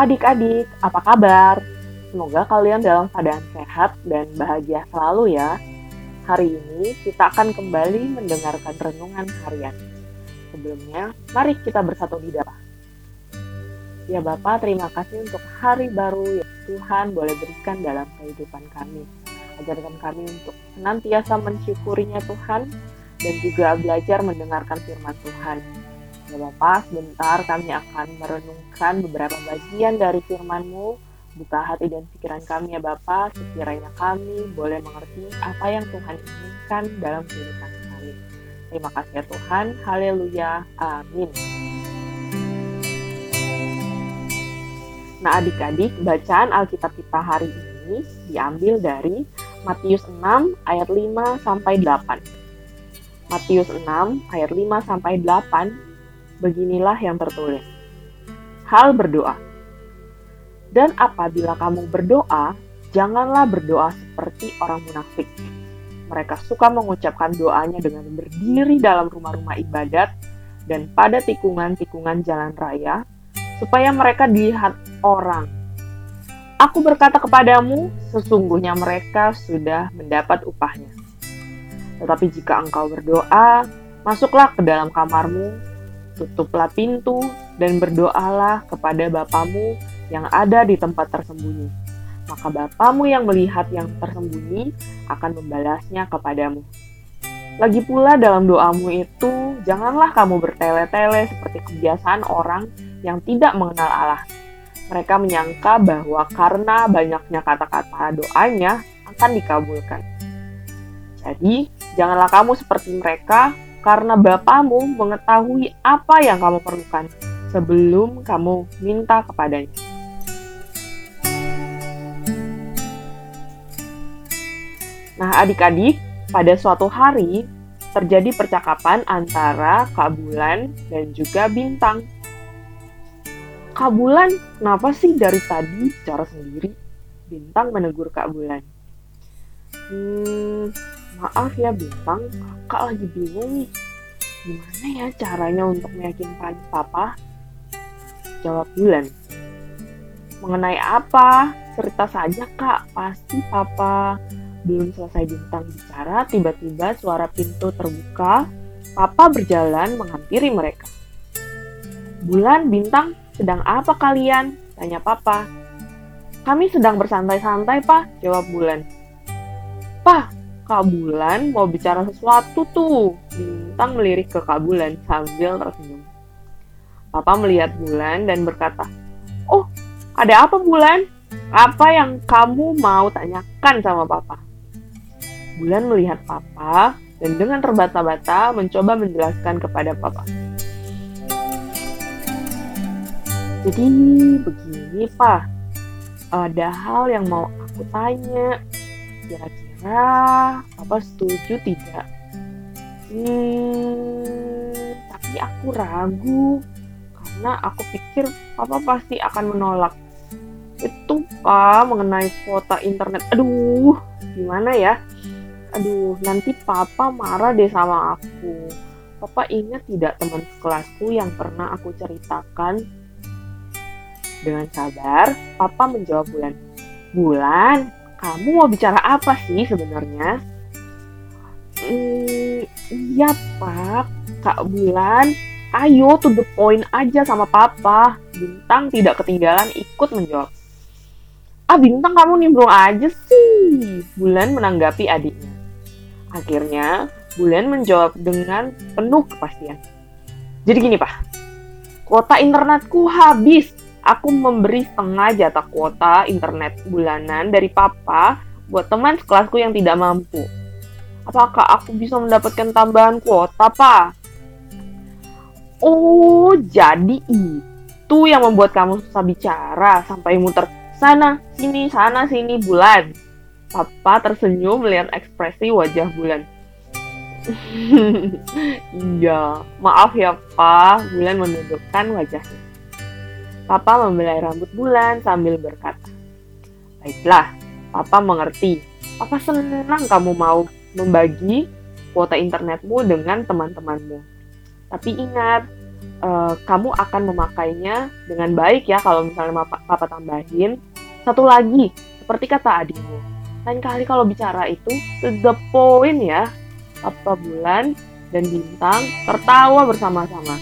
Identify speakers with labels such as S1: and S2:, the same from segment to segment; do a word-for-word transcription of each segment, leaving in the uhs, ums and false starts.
S1: adik-adik, apa kabar? Semoga kalian dalam keadaan sehat dan bahagia selalu ya. Hari ini kita akan kembali mendengarkan renungan harian. Sebelumnya, mari kita bersatu di doa. Ya Bapa, terima kasih untuk hari baru yang Tuhan boleh berikan dalam kehidupan kami. Ajarkan kami untuk senantiasa mensyukurinya Tuhan dan juga belajar mendengarkan firman Tuhan. Ya Bapak, sebentar kami akan merenungkan beberapa bagian dari firman-Mu. Buka hati dan pikiran kami ya Bapak, sekiranya kami boleh mengerti apa yang Tuhan inginkan dalam kehidupan kami. Terima kasih ya Tuhan, haleluya, amin. Nah adik-adik, bacaan Alkitab kita hari ini diambil dari Matius enam ayat lima sampai delapan. Matius enam ayat lima sampai delapan. Beginilah yang tertulis. Hal berdoa. Dan apabila kamu berdoa, janganlah berdoa seperti orang munafik. Mereka suka mengucapkan doanya dengan berdiri dalam rumah-rumah ibadat dan pada tikungan-tikungan jalan raya, supaya mereka dilihat orang. Aku berkata kepadamu, sesungguhnya mereka sudah mendapat upahnya. Tetapi jika engkau berdoa, masuklah ke dalam kamarmu, tutuplah pintu, dan berdoalah kepada Bapamu yang ada di tempat tersembunyi. Maka Bapamu yang melihat yang tersembunyi akan membalasnya kepadamu. Lagi pula dalam doamu itu, janganlah kamu bertele-tele seperti kebiasaan orang yang tidak mengenal Allah. Mereka menyangka bahwa karena banyaknya kata-kata doanya akan dikabulkan. Jadi, janganlah kamu seperti mereka, karena Bapamu mengetahui apa yang kamu perlukan sebelum kamu minta kepadanya. Nah adik-adik, pada suatu hari terjadi percakapan antara Kak Bulan dan juga Bintang. Kak Bulan, kenapa sih dari tadi bicara sendiri? Bintang menegur Kak Bulan. Hmm... Maaf ya Bintang, kakak lagi bingung nih. Gimana ya caranya untuk meyakinkan papa? Jawab Bulan. Mengenai apa? Cerita saja kak, pasti papa. Belum selesai Bintang bicara, tiba-tiba suara pintu terbuka. Papa berjalan menghampiri mereka. Bulan, Bintang, sedang apa kalian? Tanya papa. Kami sedang bersantai-santai pak, jawab Bulan. Pak, Kak Bulan mau bicara sesuatu tuh. Bintang melirik ke Kak Bulan sambil tersenyum. Papa melihat Bulan dan berkata, "Oh, ada apa Bulan? Apa yang kamu mau tanyakan sama Papa?" Bulan melihat Papa dan dengan terbata-bata mencoba menjelaskan kepada Papa. Jadi begini Pak, ada hal yang mau aku tanya. Kira-kira Papa setuju tidak? Hmm, tapi aku ragu karena aku pikir Papa pasti akan menolak. Itu Pak mengenai kuota internet. Aduh, gimana ya? Aduh, nanti Papa marah deh sama aku. Papa ingat tidak teman sekelasku yang pernah aku ceritakan? Dengan sabar, Papa menjawab Bulan. Bulan, kamu mau bicara apa sih sebenarnya? Hmm, iya Pak, Kak Bulan. Ayo to the point aja sama Papa. Bintang tidak ketinggalan ikut menjawab. Ah Bintang kamu nimbrung aja sih. Bulan menanggapi adiknya. Akhirnya Bulan menjawab dengan penuh kepastian. Jadi gini Pak, kuota internetku habis. Aku memberi setengah jatah kuota internet bulanan dari Papa buat teman sekelasku yang tidak mampu. Apakah aku bisa mendapatkan tambahan kuota, Pak? Oh, jadi itu yang membuat kamu susah bicara sampai muter sana, sini, sana, sini, Bulan. Papa tersenyum melihat ekspresi wajah Bulan. Iya, maaf ya, Pak. Bulan menundukkan wajahnya. Papa membelai rambut Bulan sambil berkata, "Baiklah, Papa mengerti. Papa senang kamu mau membagi kuota internetmu dengan teman-temanmu. Tapi ingat, uh, kamu akan memakainya dengan baik ya kalau misalnya papa, papa tambahin. Satu lagi, seperti kata adikmu, lain kali kalau bicara itu to the point ya. Papa Bulan dan Bintang tertawa bersama-sama.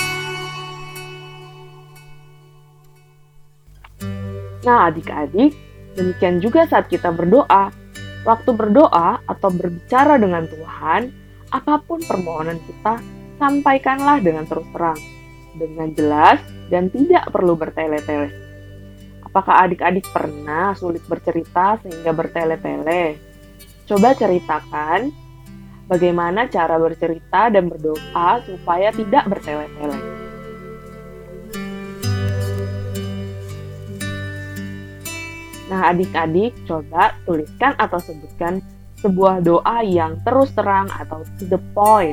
S1: Nah adik-adik, demikian juga saat kita berdoa. Waktu berdoa atau berbicara dengan Tuhan, apapun permohonan kita, sampaikanlah dengan terus terang, dengan jelas, dan tidak perlu bertele-tele. Apakah adik-adik pernah sulit bercerita sehingga bertele-tele? Coba ceritakan bagaimana cara bercerita dan berdoa supaya tidak bertele-tele. Nah, adik-adik coba tuliskan atau sebutkan sebuah doa yang terus terang atau to the point.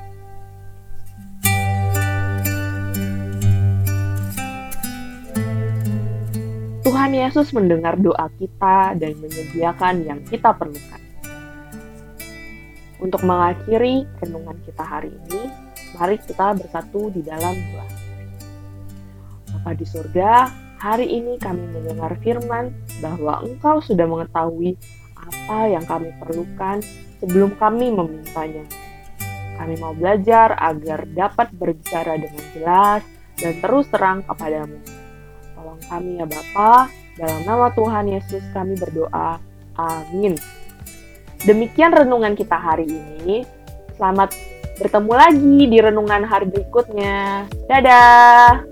S1: Tuhan Yesus mendengar doa kita dan menyediakan yang kita perlukan. Untuk mengakhiri renungan kita hari ini, mari kita bersatu di dalam doa. Bapa di surga, hari ini kami mendengar firman bahwa Engkau sudah mengetahui apa yang kami perlukan sebelum kami memintanya. Kami mau belajar agar dapat berbicara dengan jelas dan terus terang kepadamu. Tolong kami ya Bapa, dalam nama Tuhan Yesus kami berdoa. Amin. Demikian renungan kita hari ini. Selamat bertemu lagi di renungan hari berikutnya. Dadah!